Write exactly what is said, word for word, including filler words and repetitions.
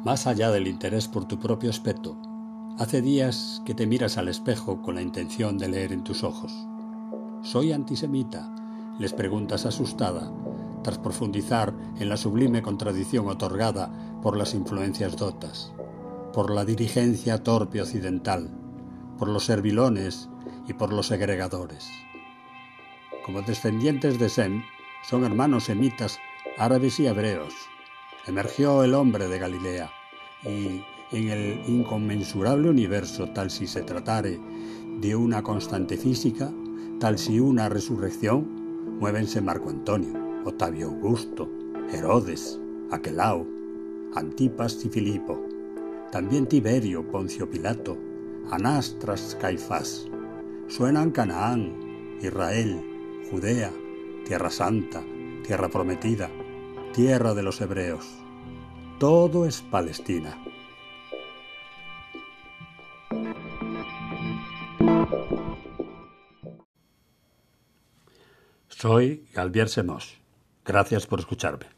Más allá del interés por tu propio aspecto, hace días que te miras al espejo con la intención de leer en tus ojos. ¿Soy antisemita?, les preguntas asustada, tras profundizar en la sublime contradicción otorgada por las influencias dotas, por la dirigencia torpe occidental, por los servilones y por los segregadores. Como descendientes de Sem, son hermanos semitas, árabes y hebreos. Emergió el hombre de Galilea, y en el inconmensurable universo, tal si se tratare de una constante física, tal si una resurrección, muévense Marco Antonio, Octavio Augusto, Herodes, Aquelao, Antipas y Filipo, también Tiberio, Poncio Pilato, Anás tras Caifás. Suenan Canaán, Israel, Judea, Tierra Santa, Tierra Prometida, Tierra de los Hebreos. Todo es Palestina. Soy Galvier Semos. Gracias por escucharme.